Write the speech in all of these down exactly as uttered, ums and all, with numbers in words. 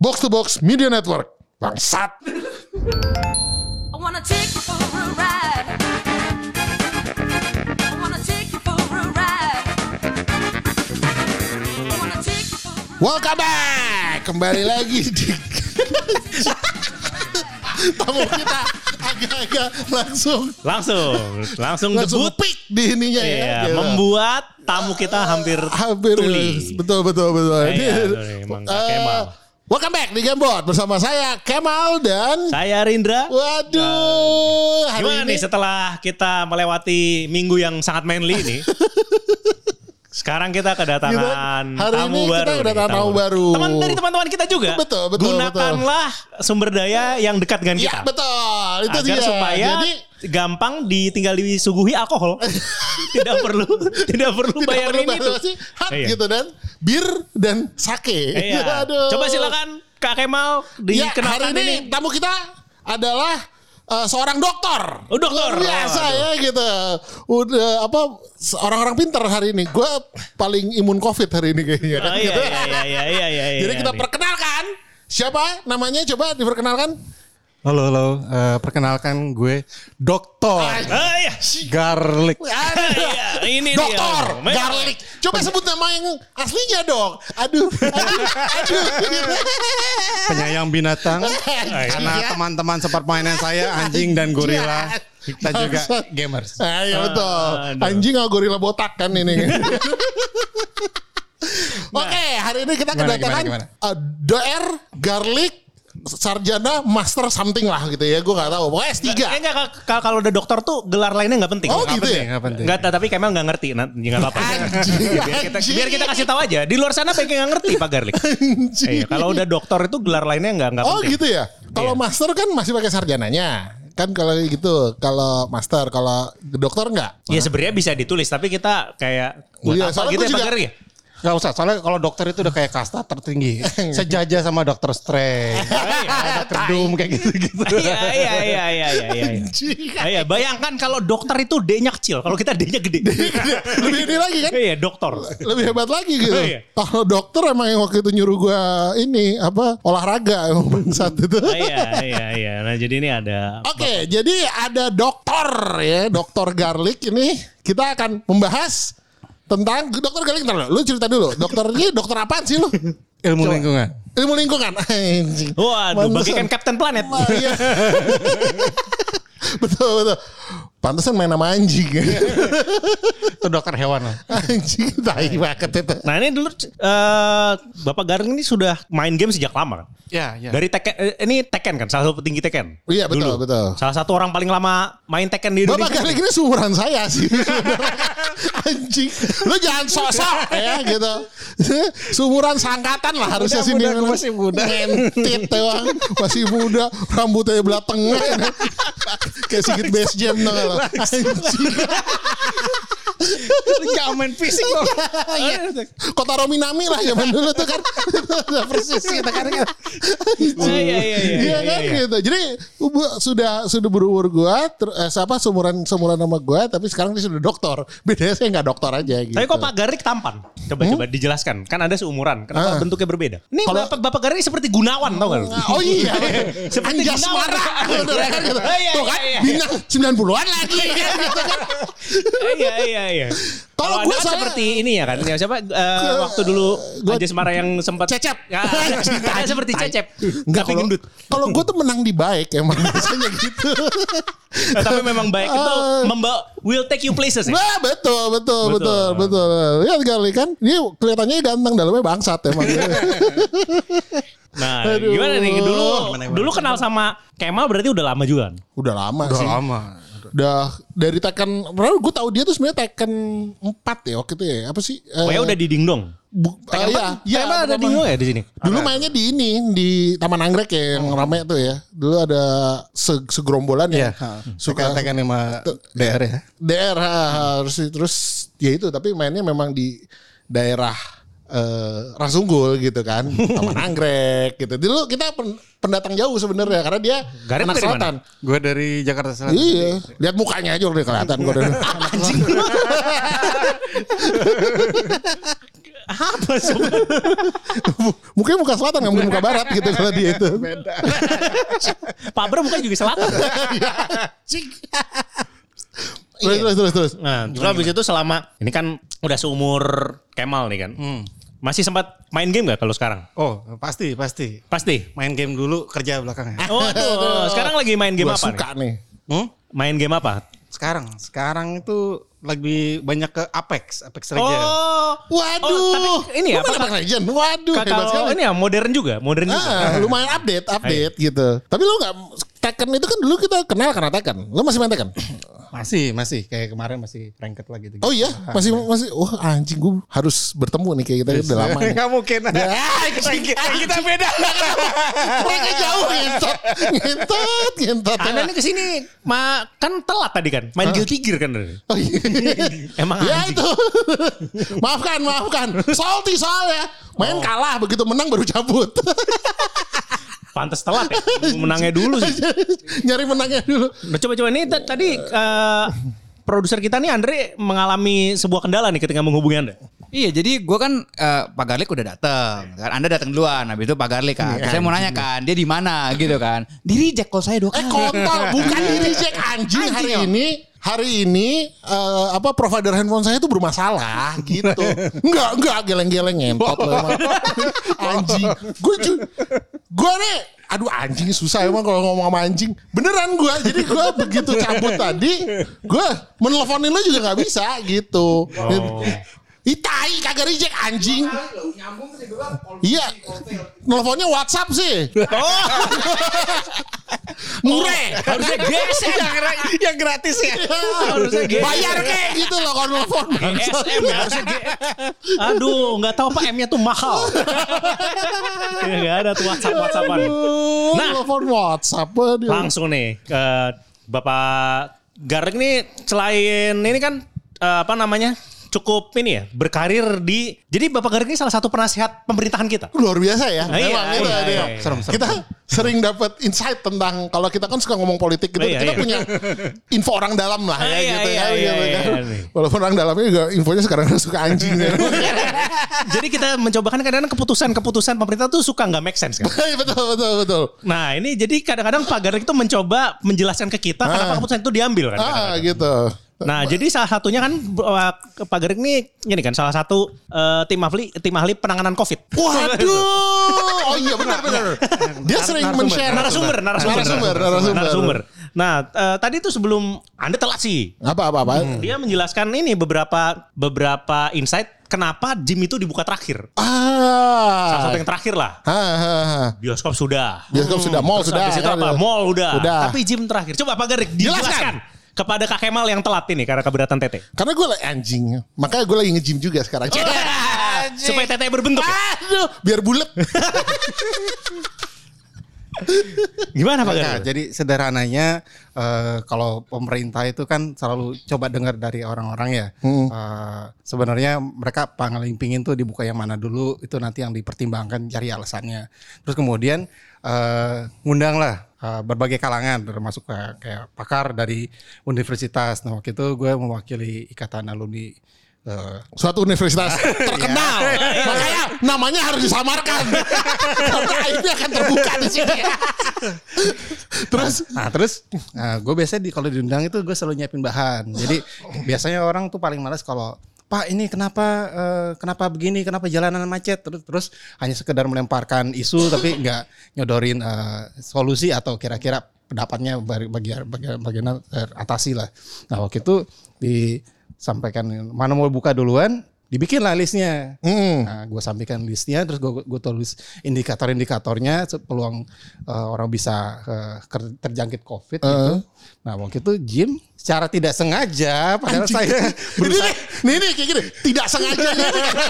Box to Box Media Network. Bangsat. I wanna take you for a ride. I wanna take you for a ride. I wanna take you for a ride. Welcome back. Kembali lagi di tamu kita agak-agak langsung Langsung, langsung langsung debut. peak di ininya Iya, ya. Gitu. membuat tamu kita hampir Hampir tuli. betul betul betul. Iya, Ini, iya, emang Kak eh, Kemal. Welcome back di Gamebot bersama saya Kemal dan Saya Rindra. waduh hari Gimana ini nih setelah kita melewati minggu yang sangat manly ini? Sekarang kita kedatangan Kita- hari tamu ini kita baru. nih, kedatangan tamu baru. Teman dari teman-teman kita juga. Betul, betul, Gunakanlah sumber daya yang dekat dengan ya kita. betul itu Agar dia. supaya Jadi gampang ditinggal disuguhi alkohol. tidak perlu tidak perlu tidak bayar perlu ini bayar tuh. sih hot Iya. gitu dan bir dan sake. Iya. Aduh. Coba silakan Kak Kemal Ya, hari dikenalkan ini ini. tamu kita adalah uh, seorang dokter. Oh, dokter. Luar biasa Oh, ya gitu. Udah apa orang-orang pintar hari ini. Gue paling imun COVID hari ini kayaknya. Oh, iya, Gitu. iya, iya, iya, iya, iya, Jadi iya, kita nih. perkenalkan siapa namanya, coba diperkenalkan. Halo, halo. Eh, perkenalkan gue Doktor Ah, iya. Garlic. Aduh. Iya, ini dia. Dokter Memang. Garlic. Coba sebut nama yang aslinya dong. Aduh, aduh, aduh. Penyayang binatang. Karena teman-teman sepermainan saya anjing dan gorila. Kita juga gamers. Ah, iya betul. Aduh. Anjing sama gorila botak kan ini. Oke, hari ini kita Gimana, kedatangan gimana, uh, Dr. Garlic sarjana master something lah gitu ya. Gue gak tahu. Pokoknya S tiga. Kayaknya ka- ka- kalau udah dokter tuh gelar lainnya nggak penting. Oh, Nggak gitu penting. ya? Nggak penting. Nggak, tapi Kemal nggak ngerti. Nah, ya nggak apa-apa. Anjing, biar, kita, anjing. biar kita kasih tahu aja. Di luar sana pengen nggak ngerti Pak Garlic. Iya, kalau udah dokter itu gelar lainnya nggak nggak Oh penting. gitu ya. Kalau Iya. master kan masih pakai sarjananya. Kan kalau gitu, kalau master, kalau dokter enggak. Ya sebenarnya bisa ditulis, tapi kita kayak buat Iya, apa soalnya gitu gua ya Pak juga- Garlic ya? Gak usah, soalnya kalau dokter itu udah kayak kasta tertinggi. Sejajar sama dokter Strange. Ada kerdum kayak gitu-gitu. Iya, iya, iya, iya, iya, iya. Ah, iya, bayangkan kalau dokter itu D-nya kecil, kalau kita D-nya gede. Lebih ini lagi kan. Iya, dokter. Lebih hebat lagi gitu. Iya. Kalau dokter emang yang waktu itu nyuruh gua ini apa olahraga emang bangsat itu. Ah, iya, iya, iya. Nah, jadi ini ada Oke, jadi ada dokter ya, Dokter Garlic ini kita akan membahas tentang Dokter Garlic. Ntar lu cerita dulu. Dokter ini dokter apaan sih lu? Ilmu Coba. lingkungan. Ilmu lingkungan. Anjing. Waduh, Pantesan. bagaikan Captain Planet. Wah, iya. betul betul. Pantesan main sama anjing. Itu dokter hewan lah. Anjing tai banget itu. Nah ini dulu eh, Bapak Garlic ini sudah main game sejak lama kan? Ya, ya. Dari Tekken, eh, ini Tekken kan, salah satu petinggi Tekken. Iya betul Dulu. betul. Salah satu orang paling lama main Tekken di Bapak Indonesia. Garlic ini seumuran saya sih. Anjing. Lu jangan sok-sok ya gitu. Seumuran sangkatan lah harusnya Muda, sini. muda, aku masih muda. Ngentit doang. Masih muda. Rambutnya belah tengah. Kayak Sigit Base Jam dong lo. Anjing. Jangan main fisik loh. Iya. Kota Rominami lah zaman dulu tuh kan. Udah persis kita kan. Iya, iya, iya, iya, Iya kan iya. gitu. Jadi bu- sudah sudah berumur gua ter, eh, siapa seumuran seumuran sama gua tapi sekarang dia sudah dokter. Bedanya saya nggak dokter aja gitu. Tapi kok Pak Garlic tampan? Coba coba dijelaskan. Kan ada seumuran. Kenapa Ah. bentuknya berbeda? Ini Kalau- Bapak, Bapak Garlic seperti Gunawan tau gak lu? Oh iya. Seperti Anjas Gunawan. Mara. Bener kan gitu. Oh, iya, Tuh kan iya, iya. bintang sembilan puluhan lagi kan gitu kan. Iya iya iya. Kalau Kalau gua Anda kan saya- seperti ini ya kan. Ya, siapa eh, waktu dulu gua- Anjas Mara yang sempat Cecep. Ya, Anda seperti Cecep. Enggak Tapi kalau gendut. kalau gua tuh menang di baik emang biasanya gitu. Nah, tapi memang baik itu Ah. membawa will take you places ya. Wah betul betul betul Betul. betul. Lihat kali kan dia kelihatannya ganteng dalamnya bangsat emang. Nah, Aduh. gimana nih dulu? Gimana, gimana? Dulu kenal sama Kemal berarti udah lama juga kan? Udah lama Udah sih. lama. Udah dari Tekken, padahal gue tahu dia tuh sebenarnya Tekken empat ya waktu itu ya. Apa sih? Oh ya udah di Dingdong. Bu, Tekken ah, empat? iya, Tekken empat ada pertama. Dingdong ya di sini? Dulu mainnya di ini di Taman Anggrek ya yang rame tuh ya. Dulu ada se segerombolan ya. Iya. Suka tekan sama D R ya. D R ha, harus terus ya itu tapi mainnya memang di daerah uh, Rasunggul gitu kan, Taman Anggrek gitu. Dulu kita pen, pendatang jauh sebenarnya karena dia Garip anak dari selatan. Gue dari Jakarta Selatan. Iya, lihat mukanya aja udah kelihatan gue dari. Anjing. Apa sebenarnya? Mukanya muka selatan nggak mungkin muka barat gitu kalau dia itu. Pak Bro mukanya juga selatan. Terus terus terus terus. Nah, terus habis itu selama ini kan udah seumur Kemal nih kan. Hmm. Masih sempat main game gak kalau sekarang? Oh pasti pasti. Pasti. Main game dulu kerja belakangnya. Oh, aduh. Sekarang lagi main game Gua apa suka nih? nih. Hmm? Main game apa? Sekarang, sekarang itu lagi banyak ke Apex, Apex Legends. Oh, Waduh. Oh, tapi ini ya, Lu main apa- Apex Legends? Waduh, hebat kalau sekali. ini ya modern juga, modern juga. Ah, lumayan update, update gitu. Tapi lu nggak Tekken itu kan dulu kita kenal karena Tekken. Lu masih main Tekken? Masih, masih kayak kemarin masih ranked lagi gitu. Oh iya, masih masih. Wah anjing, gue harus bertemu nih kayak kita udah lama nih. Enggak mungkin. Kita, kita beda. Mereka jauh ngentot, ngentot, ngentot. Anda nih kesini, ma kan telat tadi kan, main Guilty Gear kan. Oh iya. Emang Ya anjing. itu. Maafkan, maafkan. Salty soalnya. Main kalah begitu menang baru cabut. Pantes telat ya, menangnya dulu sih. Nyari menangnya dulu. Nah, coba-coba nih t- tadi eh, produser kita nih Andre mengalami sebuah kendala nih ketika menghubungi Anda. Iya, jadi gue kan eh, Pak Garlik udah datang, kan Anda datang duluan, habis itu Pak Garlik kan. Terus saya mau nanya kan, dia di mana gitu kan? Di reject call saya dua Eh kali. kontol, bukan di reject anjing hari ini. Hari ini eh, apa provider handphone saya itu bermasalah gitu. Enggak, enggak geleng-geleng ngentot lo emang. Anjing. Gue gue nih aduh anjing susah emang kalau ngomong sama anjing. Beneran gue. Jadi gue begitu cabut tadi, gue menelponin lo juga nggak bisa gitu. Oh. Itai kagak reject anjing. Iya. Nelfonnya WhatsApp sih. Oh, Murah. harusnya geser. yang gratis ya. Harusnya geser. Bayar kayak gitu loh kalau nelfon. G S M ya harusnya G. Aduh, nggak tahu apa M-nya tuh mahal. Nggak ada tuh WhatsApp WhatsAppan. Nah. Nelfon WhatsApp aduh. Langsung nih ke Bapak Garlik nih selain ini kan eh, apa namanya? Cukup ini ya, berkarir di. Jadi Bapak Garlik ini salah satu penasihat pemerintahan kita. Luar biasa ya. Iya, Memang itu iya, dia. iya. Serem, serem. Kita sering dapat insight tentang kalau kita kan suka ngomong politik gitu, Iya, kita iya. punya info orang dalam lah ya Iya, gitu iya, kan. iya, gitu iya, kan. iya. Walaupun orang dalamnya juga infonya sekarang suka anjing. Ya. Jadi kita mencoba kan kadang-kadang keputusan-keputusan pemerintah tuh suka nggak make sense kan. betul betul betul. Nah ini jadi kadang-kadang Pak Garlik itu mencoba menjelaskan ke kita kenapa keputusan itu diambil kan. Ah kadang-kadang. gitu. Nah jadi salah satunya kan uh, Pak Garlik ini ini kan salah satu uh, tim ahli tim ahli penanganan COVID. Waduh. Oh iya benar benar. Dia sering men-share Narasumber, narasumber, narasumber, narasumber. narasumber. Nah uh, tadi itu sebelum Anda telat sih. Apa apa apa. Dia menjelaskan ini beberapa beberapa insight kenapa gym itu dibuka terakhir. Ah. Salah satu yang terakhir lah. Ha, ha, ha. Bioskop sudah. Bioskop sudah, mall Terus sudah. habis itu kan, apa? ya. Mall udah. Udah. Tapi gym terakhir. Coba Pak Garlik Jelaskan. dijelaskan kepada Kak Kemal yang telat ini karena keberatan Tete. Karena gue lagi anjing. Makanya gue lagi nge-gym juga sekarang. Supaya Tete berbentuk. Ya? Aduh, biar bulat. Gimana Pak Nah, Garlik? jadi sederhananya eh, kalau pemerintah itu kan selalu coba dengar dari orang-orang ya. Eh, sebenarnya mereka paling pingin tuh dibuka yang mana dulu, itu nanti yang dipertimbangkan cari alasannya. Terus kemudian eh, ngundang lah eh, berbagai kalangan termasuk kayak, kayak pakar dari universitas. Nah waktu itu gue mewakili Ikatan Alumni eh, Suatu universitas terkenal. Makanya namanya harus disamarkan. Karena aibnya akan terbuka di sini. Terus Nah terus nah, gue biasanya di kalau diundang itu gue selalu nyiapin bahan. Jadi biasanya orang tuh paling malas kalau Pak ini kenapa eh, kenapa begini, kenapa jalanan macet, terus terus hanya sekedar melemparkan isu tapi nggak nyodorin eh, solusi atau kira-kira pendapatnya bagi bagian bagian bagian atasi lah. Nah waktu itu disampaikan mana mau buka duluan, dibikin lah listnya. Hmm. Nah, gue sampaikan listnya, terus gue gue tulis indikator-indikatornya peluang uh, orang bisa uh, ker- terjangkit COVID gitu. Nah waktu itu gym secara tidak sengaja, padahal Anjing. saya Ini berusaha. nih, nih, nih kayak gini. Tidak sengaja nih.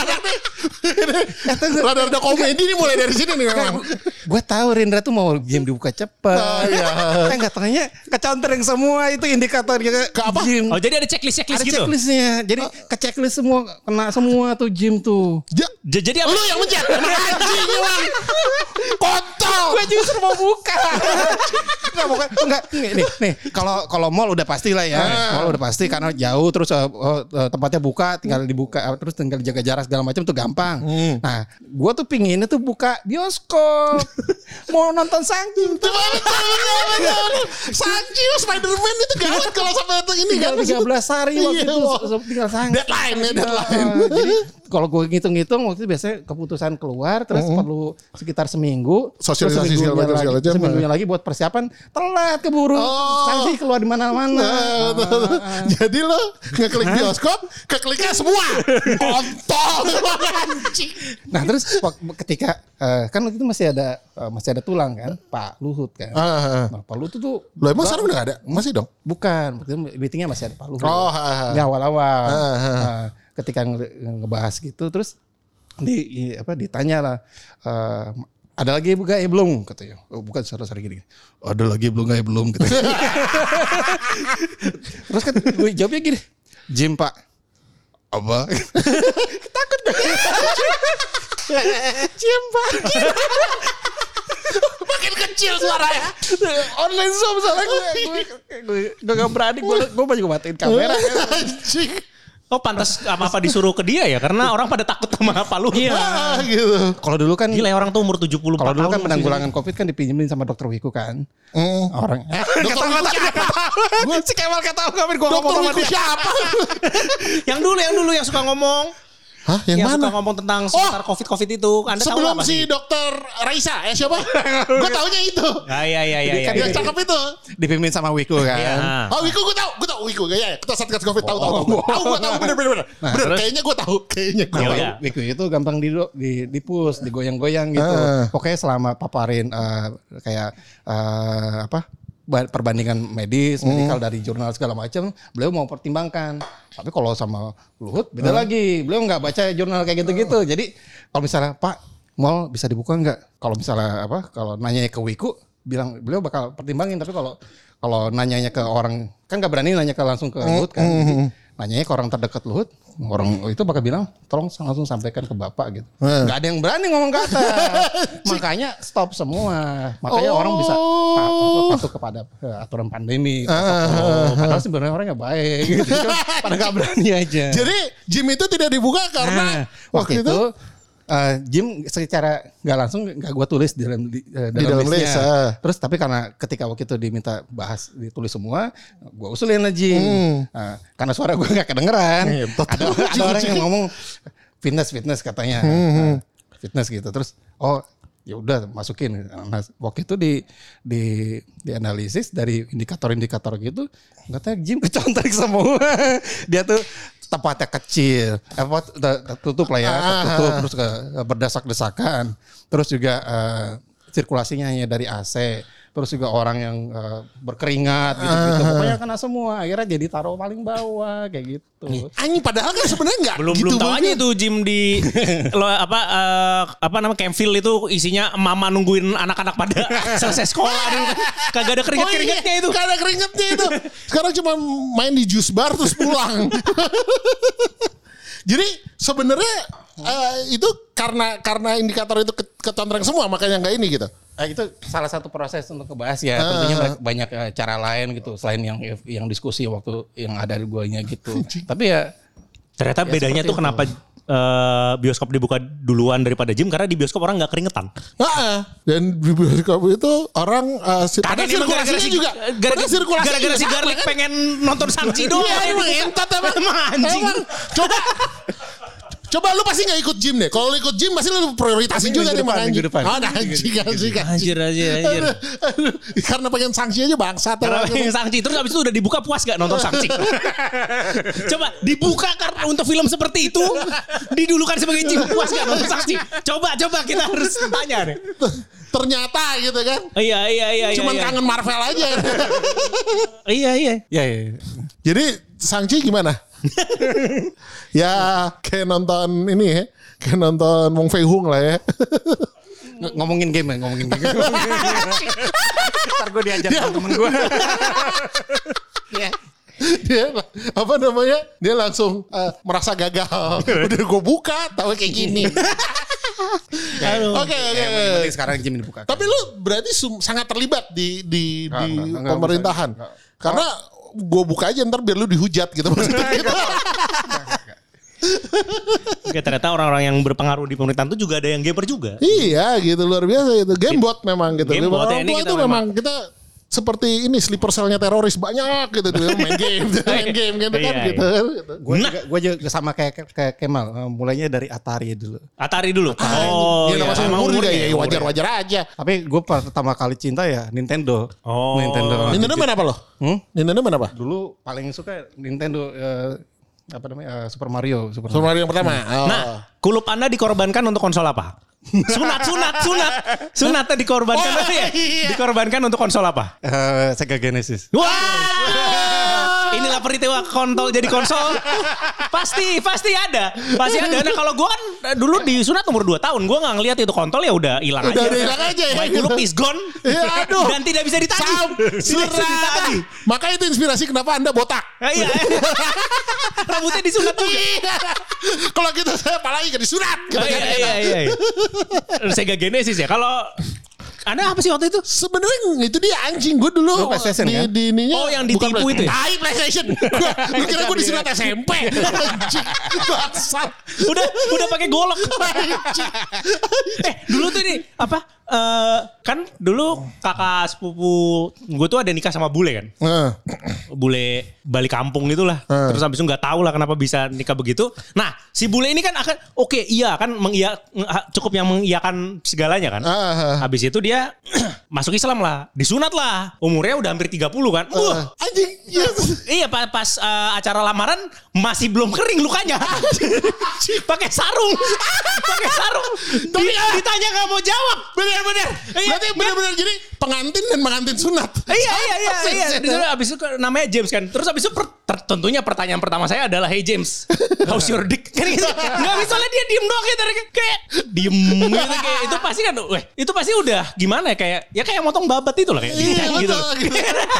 Rada-rada komedi nih mulai dari sini nih memang. Gue tahu Rindra tuh mau gym dibuka cepat. Oh, iya. Eh nggak taunya keconteng semua itu indikatornya Ke apa? gym. Oh jadi ada checklist checklist Ada gitu. checklistnya, jadi ke checklist semua kena kena semua tuh Jim tuh. Ja, J- Jadi apa? lu yang mencet. Emang anjing emang. Kontol. Gue justru mau buka. Enggak bukan enggak nih nih kalau kalau mall udah pasti lah ya. Mall udah pasti karena jauh terus uh, uh, tempatnya buka tinggal dibuka uh, terus tinggal jaga jarak segala macam tuh gampang. Hmm. Nah, gue tuh pinginnya tuh buka bioskop. Mau nonton Shang-Chi. Shang-Chi Spider-Man itu gawat kalau sampai ini Tinggal kan. tiga belas hari waktu Iya, itu wow. tinggal Shang-Chi. Deadline ya, deadline. Uh, jadi kalau gue ngitung-ngitung waktu itu biasanya keputusan keluar terus Mm-hmm. perlu sekitar seminggu. Sosialisasi terus segala macam, seminggunya segala lagi, macam. seminggunya lagi buat persiapan telat keburu. Oh. Shang-Chi keluar di mana-mana. Nah, betul, betul. Jadi lo ngeklik bioskop, kekliknya semua. Kontol. Anjing. Nah terus wak- ketika uh, kan waktu itu masih ada uh, masih ada tulang kan Pak Luhut kan. Ah, Nah, Pak Luhut tuh lo emang sekarang udah gak ada? Masih dong? bukan waktu itu meetingnya masih ada Pak Luhut. Oh, ha, ha. Di awal-awal. Ah, ah. Nah, ketika nge- ngebahas gitu terus di i- apa ditanya lah uh, ada lagi buka ya belum katanya. Oh, bukan suara-suara gini. Ada lagi belum nggak ya belum gitu. Terus kan gue jawabnya gini. Jim Pak. Apa? Takut gue. Jim Pak. Makin kecil suaranya. Online Zoom soalnya gue gue gue gue gak berani gue gue juga matiin kamera. Anjing. Oh pantas apa-apa disuruh ke dia ya karena orang pada takut sama Pak Luhut. Ah, gitu. Kalau dulu kan Gila ya, orang tuh umur tujuh puluh empat kalau tahun. dulu kan penanggulangan Covid kan dipinjemin sama dokter Wiku kan. Hmm. Orang Dokter Wiku siapa? gue si Kemal kata Covid gue Dokter Wiku siapa? Yang dulu yang dulu yang suka ngomong. Hah, yang, Yang mana? suka ngomong tentang seputar Covid-Covid itu. Anda tahu Sebelum apa si sih? dokter Raisa, eh siapa? Gue taunya itu. Ya ya ya ya. ya, Yang ya. cakep itu. dipimpin sama Wiku kan. Iya. Oh, Wiku gue tahu, gue tahu Wiku. Ya, ya, kita satgas Covid tahu tahu tahu. Tahu gue tahu bener bener bener. Bener, terus? kayaknya gue tahu, kayaknya gue Iya, tahu. iya. Wiku itu gampang di di dipus, digoyang-goyang gitu. Ah. Pokoknya selama paparin eh, kayak eh, apa? ba- perbandingan medis, medikal dari jurnal segala macam, beliau mau pertimbangkan. Tapi kalau sama Luhut beda lagi. Beliau nggak baca jurnal kayak gitu-gitu. Jadi kalau misalnya Pak, mall bisa dibuka nggak? Kalau misalnya apa? Kalau nanya ke Wiku, bilang beliau bakal pertimbangin. Tapi kalau kalau nanyanya ke orang, kan nggak berani nanya ke langsung ke Luhut kan. Jadi, nanyanya ke orang terdekat Luhut, orang itu bakal bilang tolong langsung sampaikan ke Bapak gitu. Hmm. Nggak ada yang berani ngomong ke atas. Makanya stop semua. Makanya Oh. orang bisa pa- apa, patuh kepada eh, aturan pandemi. protokol. Padahal sebenarnya orangnya baik gitu. Cuma pada nggak berani aja. Jadi gym itu tidak dibuka karena Nah, waktu itu uh, Jim secara nggak langsung nggak gue tulis di dalam di, uh, Di dalam listnya. list, ah. Terus tapi karena ketika waktu itu diminta bahas ditulis semua, gue usulin lah Jim. Nah, karena suara gue nggak kedengeran. Hmm. Hebat. ada ada orang yang ngomong fitness fitness katanya. Nah, fitness gitu. Terus oh ya udah masukin. Nah, waktu itu di di di analisis dari indikator-indikator gitu, katanya Jim kecontek semua. Dia tuh tempatnya kecil, apa tutup lah ya, tertutup terus ke berdesak-desakan, terus juga uh, sirkulasinya hanya dari A C, terus juga orang yang uh, berkeringat gitu-gitu, pokoknya kena semua, akhirnya jadi taruh paling bawah kayak gitu. anjing padahal kan sebenarnya enggak Belum gitu belum tahu aja banget. itu gym di lo apa eh, apa nama Campfield itu isinya mama nungguin anak-anak pada selesai sekolah dulu kan. Kagak ada keringet-keringetnya itu. Gak ada keringetnya itu. Sekarang cuma main di juice bar terus pulang. Jadi sebenarnya eh, itu karena karena indikator itu ke- kecontreng semua makanya nggak ini gitu. Nah, itu salah satu proses untuk ngebahas ya. Tentunya mereka banyak eh, cara lain gitu selain yang yang diskusi waktu yang ada di guanya gitu. Tapi ya Ternyata Ya, bedanya seperti tuh itu. kenapa eh, bioskop dibuka duluan daripada gym karena di bioskop orang nggak keringetan. Nah, dan di bioskop itu orang uh, si, padahal Kagak, emang sirkulasinya si- juga. gara-gara Padahal sirkulasinya gara-gara juga si sama, Garlic kan? pengen nonton Shang-Chi doang. Iya, emang entot emang. Emang anjing. Emang. Coba Coba lu pasti gak ikut gym deh. Kalau lu ikut gym pasti lu prioritasin Minggu juga deh depan, makanya. minggu depan. Oh, nah, anjing, anjing, anjing. Anjir anjir anjir. Aduh, aduh. Karena pengen sanksi aja bangsat. Karena emang. pengen Shang-Chi terus abis itu udah dibuka puas gak nonton Shang-Chi? Coba dibuka karena untuk film seperti itu didulukan sebagai gym puas gak nonton Shang-Chi? Coba coba kita harus tanya deh. Ternyata gitu kan. Iya iya iya. Cuman iya, kangen Marvel aja. Iya iya. ya, ya. Jadi Shang-Chi gimana? Ya kayak nonton ini ya. Kayak nonton Wong Fei Hung lah ya. Ng- ngomongin game ya, ngomongin game. Ntar gue diajar sama temen gue. Ya. dia apa namanya? Dia langsung uh, merasa gagal. Udah gue buka, tahu kayak gini. Oke oke. Yang sekarang Jim dibuka. Tapi lu berarti sum- sangat terlibat di di, Enggak, di enggak, enggak, pemerintahan. enggak, enggak. Karena gue buka aja ntar biar lu dihujat gitu maksudnya gitu. Oke, ternyata orang-orang yang berpengaruh di pemerintahan itu juga ada yang gamer juga. Iya gitu luar biasa itu. Gamebot memang gitu. Gamebot, Orang ya, ini tua kita itu memang- memang kita seperti ini sleeper cellnya teroris banyak gitu dia main game main game gitu kan Iya, gitu. Gue Nah. juga, gue juga sama kayak kayak Kemal. Uh, mulainya dari Atari dulu. Atari dulu. Oh, dia iya. nama Emang umur juga umurnya, ya wajar-wajar aja. Tapi gue pertama kali cinta ya Nintendo. Oh. Nintendo. Nintendo main apa lo? Hmm? Nintendo main apa? Dulu paling suka Nintendo uh, apa namanya uh, Super Mario. Super Super Mario yang pertama. Oh. Nah, kulup Anda dikorbankan untuk konsol apa? Sunat, sunat, sunat. Sunatnya dikorbankan Oh, ya? iya. Dikorbankan untuk konsol apa? Uh, Sega Genesis. Wah, inilah peristiwa kontol jadi konsol. Pasti, pasti ada, pasti ada. Nah kalau gue kan dulu disunat umur dua tahun, gue nggak ngeliat itu kontol ya udah hilang Udah aja. hilang aja ya. My kulup is gone. Ya, aduh. Dan tidak bisa ditagih. Sam, Tidak bisa surat. ditagih. Makanya itu inspirasi kenapa Anda botak. Ah, iya. Rambutnya disunat juga. Kalau kita saya apalagi ke disunat. Oh, iya, iya, iya, iya. Sega Genesis ya. Kalau Anda apa sih waktu itu? Sebenarnya itu dia anjing gue dulu Lu PlayStation, di, kan? di ininya. Oh, yang ditipu bukan itu ya? Tai PlayStation. Gua, lu kira gue disunat S M P. Anjing. Bangsat. Udah udah pakai golok. Anjing. Eh dulu tuh ini apa? Eh kan dulu kakak sepupu gue tuh ada nikah sama bule kan. Nah, Bule balik kampung itulah. Hmm. Terus habis itu nggak tahu lah kenapa bisa nikah begitu. Nah si bule ini kan akan oke iya kan mengia, cukup yang mengiyakan segalanya kan. Ah. Habis itu dia masuk Islam lah, disunat lah. Umurnya udah hampir tiga puluh kan. Wah, anjing. Yes. iya pas, pas uh, acara lamaran masih belum kering lukanya. Pakai sarung. Pakai sarung. Di, ditanya nggak mau jawab. Bener-bener. Iya, Berarti bener-bener jadi pengantin dan pengantin sunat. Iya iya iya Apa iya. sih? Di sana abis itu namanya James kan. Terus abis itu per, ter, tentunya pertanyaan pertama saya adalah hey James, how's your dick? Kan gitu. Enggak bisa lah dia diem doang gitu kayak diem gitu kayak itu pasti kan weh, itu pasti udah gimana ya kayak ya kayak motong babat itu lah kayak Iya, gitu. betul, gitu.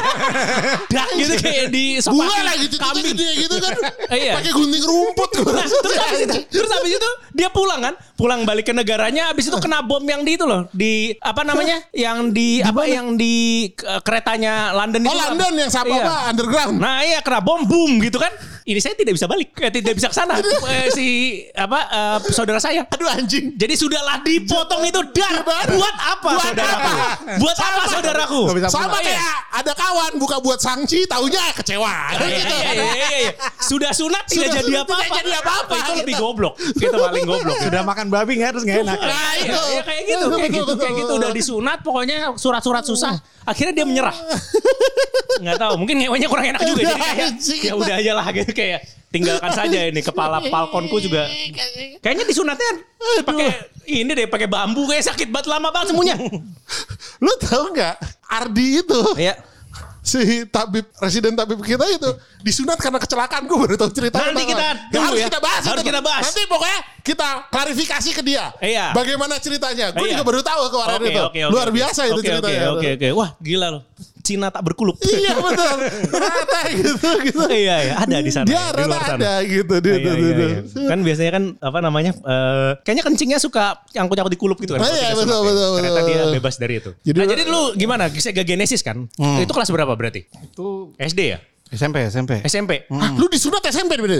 Dak gitu kayak di Gua lah gitu, kambing. gede gitu kan. Iya. Pakai gunting rumput. Nah, terus habis itu, terus habis itu dia pulang kan, pulang balik ke negaranya, habis itu kena bom yang di itu loh, di apa namanya, yang di apa yang di uh, keretanya London Oh itu. London yang siapa Iya. apa underground. Nah iya kena bom boom gitu kan. Ini saya tidak bisa balik, eh, tidak bisa ke sana. Eh, si apa uh, saudara saya. Aduh anjing. Jadi sudahlah dipotong itu dar. Buat apa Buat saudaraku? apa? Buat apa Sama. saudaraku? Nggak bisa Sama Oh, iya. kayak ada kawan buka buat sangci taunya kecewa. Iya, Gitu. iya, iya, iya, iya. Sudah sunat tidak Sudah jadi sunat apa-apa. tidak jadi apa-apa, Itu gitu. lebih goblok. Itu paling goblok. Sudah makan babi nggak terus nggak enak. Nah, Iya, itu. iya, kayak gitu, kayak gitu, kayak gitu udah disunat, pokoknya surat-surat susah. Akhirnya dia menyerah. Nggak tahu, mungkin ngewenya kurang enak juga. Jadi kayak ya udah aja lah gitu kayak tinggalkan saja ini kepala palkonku juga. Kayaknya disunatnya pakai ini deh, pakai bambu kayak sakit banget lama banget semuanya. Lu tahu nggak Ardi itu Iya. si tabib residen tabib kita itu disunat karena kecelakaan. Gue baru tahu ceritanya. Nanti tau kita nggak? tunggu harus ya. kita bahas. Harus itu. kita bahas. Nanti pokoknya kita klarifikasi ke dia. Iya. Bagaimana ceritanya? Gue Iya. juga baru tahu kemarin Oke, itu. oke, oke, Luar oke. biasa itu Oke, ceritanya. Oke, oke, oke. Wah, gila loh. Cina tak berkulup. Iya betul. Rata gitu gitu. Iya, iya, ada di sana. Dia di luar rata sana. ada gitu dia Iya, tuh, iya, tuh, iya. tuh. Kan biasanya kan apa namanya? eh, kayaknya kencingnya suka nyangkut-nyangkut di kulup gitu kan. Oh, kalau iya, kita betul, sunat ya. betul, Ternyata betul. dia bebas dari itu. Jadi- nah, jadi dulu gimana? Sega Genesis kan? Itu kelas berapa berarti? Itu S D ya? S M P, S M P. S M P? Ah, lu disunat S M P bener.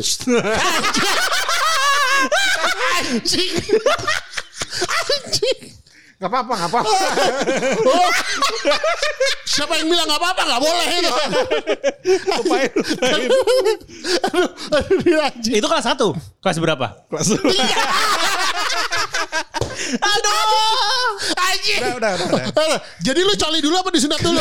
Anjing. Anjing. Gak apa-apa, gak apa-apa. Oh. Siapa yang bilang gak apa-apa? Gak boleh itu. Lupain, lupain. Aduh, aduh dia anjing. Itu kelas satu? Kelas berapa? Kelas Aduh. Anjing. Udah, udah, udah, udah. Aduh, jadi lu coli dulu apa disunat dulu?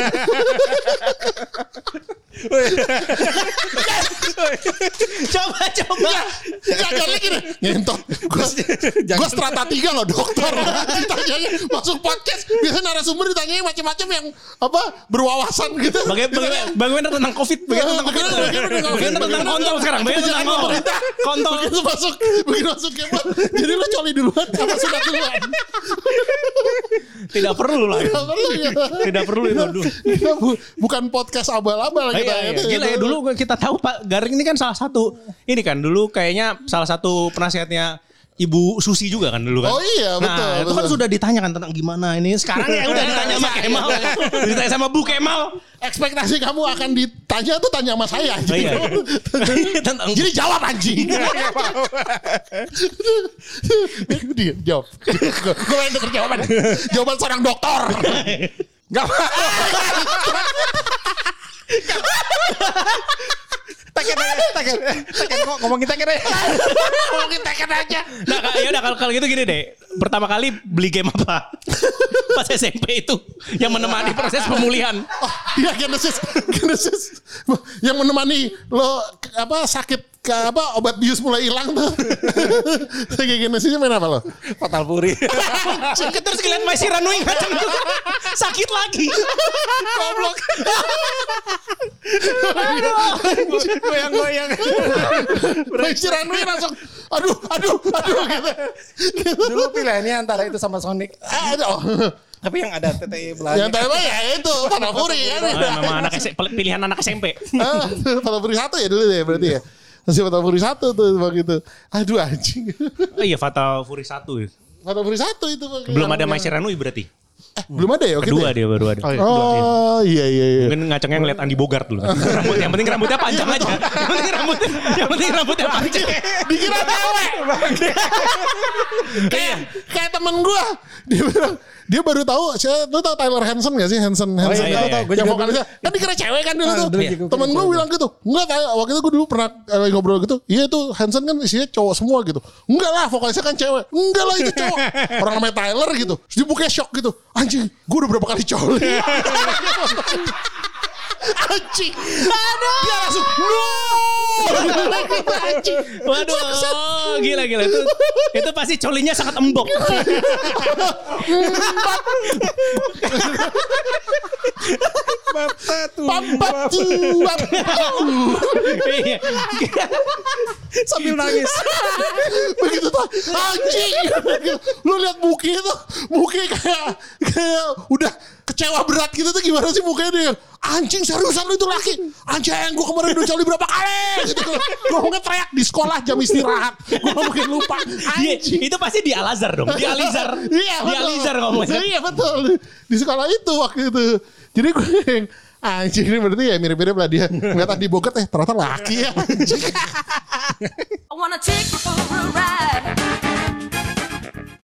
Coba, coba. Jangan lagi deh. Ngentot. Gue gue strata tiga loh dokter. Ditanyanya masuk podcast. Biasa narasumber ditanyanya macam-macam yang apa berwawasan gitu. Bagaimana, bagaimana, bagaimana tentang COVID? Bagaimana tentang COVID? Bagaimana, bagaimana, Bagaimana tentang kontol sekarang? Bagaimana tentang kontol? Kontol. Begitu masuk, begitu masuk kemot. Jadi lu coli duluan apa sunat duluan. Tidak perlu lah. Tidak perlu ya. Tidak perlu itu dulu. Kita bu- bukan podcast abal-abal Oh, kita. iya, iya. Itu, Gila ya, itu. dulu kita tahu Pak Garing ini kan salah satu ini kan dulu kayaknya salah satu penasihatnya Ibu Susi juga kan dulu kan. Oh iya, betul, Nah itu kan betul. sudah ditanyakan tentang gimana ini. Sekarang ya udah ditanya sama Kemal. Ditanya sama Bu Kemal. Ekspektasi kamu akan ditanya tuh tanya sama saya. Oh, iya. Tentang Jadi jawab anjing. Dia jawab. Gue pengen denger jawaban. Jawaban seorang dokter. Gak apa. Teken aja, teken. Teken kok ngomongin teken aja. Ngomongin teken aja. Nah, ya udah kalau, kalau gitu gini deh. Pertama kali beli game apa? Pas S M P itu yang menemani proses pemulihan. Oh, iya Genesis. Genesis. Yang menemani lo apa sakit ke apa obat bius mulai hilang tuh. Kayak Genesisnya main apa lo? Fatal Fury. Terus ngeliat Mai Shiranui ngaceng juga. Sakit lagi. Goblok. Goyang-goyang. Shiranui langsung aduh aduh aduh gitu. Dulu pilihannya antara itu sama Sonic. Aduh. Tapi yang ada T T I Yang belakangnya. tema ya itu Fatal Fury kan. Oh, memang anak S- pilihan anak S M P. Ah, Fatal Fury satu ya dulu ya berarti ya. Masih Fatal Fury satu tuh begitu. Aduh anjing. Oh iya Fatal Fury satu. Fatal Fury satu itu. Belum ada Mai Shiranui berarti. Eh, belum ada ya waktu Kedua itu ya? dia baru ada. Oh, iya. Oh iya iya iya. Mungkin ngacengnya ngeliat Andi Bogart dulu. Rambut, yang penting rambutnya panjang aja. Yang penting rambutnya, yang penting rambutnya panjang. Dikira cewek. kayak kayak temen gue dia bilang dia baru tahu saya lu tahu Tyler Hansen gak sih Hansen Hansen iya, itu iya. tahu yang vokalisnya kan dikira cewek kan dulu Ah, tuh dulu juga temen gue bilang gitu enggak kayak waktu itu gue dulu pernah eh, ngobrol gitu iya itu Hansen kan isinya cowok semua gitu enggak lah vokalisnya kan cewek enggak lah itu cowok orang namanya Tyler gitu terus dia bukannya shock gitu anjing gue udah berapa kali coli anjing aduh dia langsung no anjing Waduh, gila gila itu itu pasti colinya sangat embok. Mata tuh. Pampat tuh Iya. Sambil nangis. begitu tuh anjing lu lihat Muki itu Muki kayak kayak udah kecewa berat gitu tuh gimana sih mukanya dia anjing seriusan lu itu laki anjing gue kemarin udah coli berapa kali gitu gue mungkin teriak di sekolah jam istirahat gue mungkin lupa Dia, anjing itu pasti di Al-Azhar dong. Di Alizar. iya Di betul Alizar ngomongnya. iya betul di sekolah itu waktu itu jadi gue yang anjing ini berarti ya mirip-mirip lah dia ngeliat Andi Bogart eh ternyata laki ya anjing I wanna take you for a ride.